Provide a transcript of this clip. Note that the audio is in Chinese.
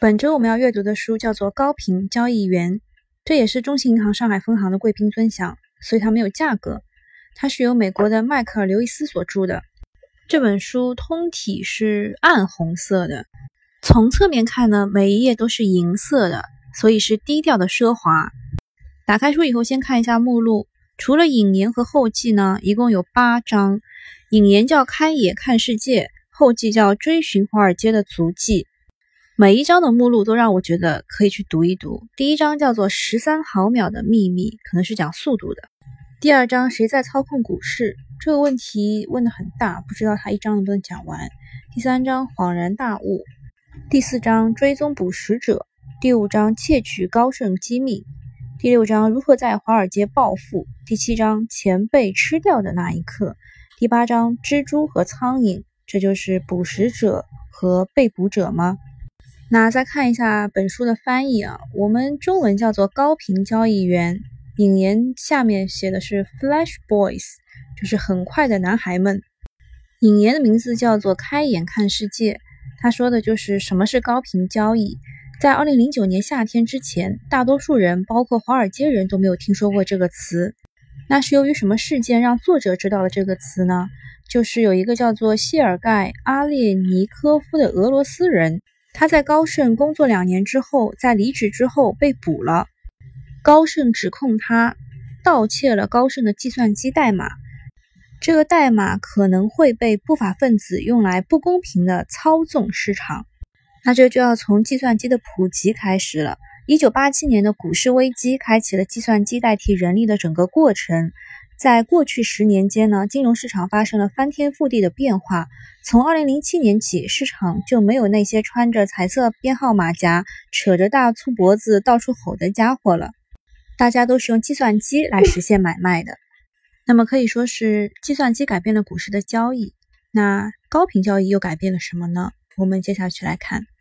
本周我们要阅读的书叫做《高频交易员》，这也是中信银行上海分行的贵宾尊享，所以它没有价格。它是由美国的迈克尔·刘易斯所著的。这本书通体是暗红色的，从侧面看呢，每一页都是银色的，所以是低调的奢华。打开书以后，先看一下目录，除了引言和后记呢，一共有8章。引言叫开野看世界，后记叫追寻华尔街的足迹。每一章的目录都让我觉得可以去读一读。第一章叫做13毫秒的秘密，可能是讲速度的。第二章谁在操控股市，这个问题问得很大，不知道他一章能不能讲完。第三章恍然大悟。第四章追踪捕食者。第5章窃取高盛机密。第6章如何在华尔街暴富。第7章钱被吃掉的那一刻。第8章蜘蛛和苍蝇，这就是捕食者和被捕者吗？那再看一下本书的翻译啊，我们中文叫做高频交易员，引言下面写的是 Flash Boys， 就是很快的男孩们。引言的名字叫做开眼看世界，他说的就是什么是高频交易。在2009年夏天之前，大多数人包括华尔街人都没有听说过这个词。那是由于什么事件让作者知道了这个词呢？就是有一个叫做谢尔盖·阿列尼科夫的俄罗斯人，他在高盛工作2年之后，在离职之后被捕了。高盛指控他盗窃了高盛的计算机代码，这个代码可能会被不法分子用来不公平的操纵市场。那这就要从计算机的普及开始了。1987年的股市危机开启了计算机代替人力的整个过程。在过去10年间呢，金融市场发生了翻天覆地的变化。从2007年起，市场就没有那些穿着彩色编号马甲、扯着大粗脖子到处吼的家伙了，大家都是用计算机来实现买卖的。那么可以说是计算机改变了股市的交易。那高频交易又改变了什么呢？我们接下去来看。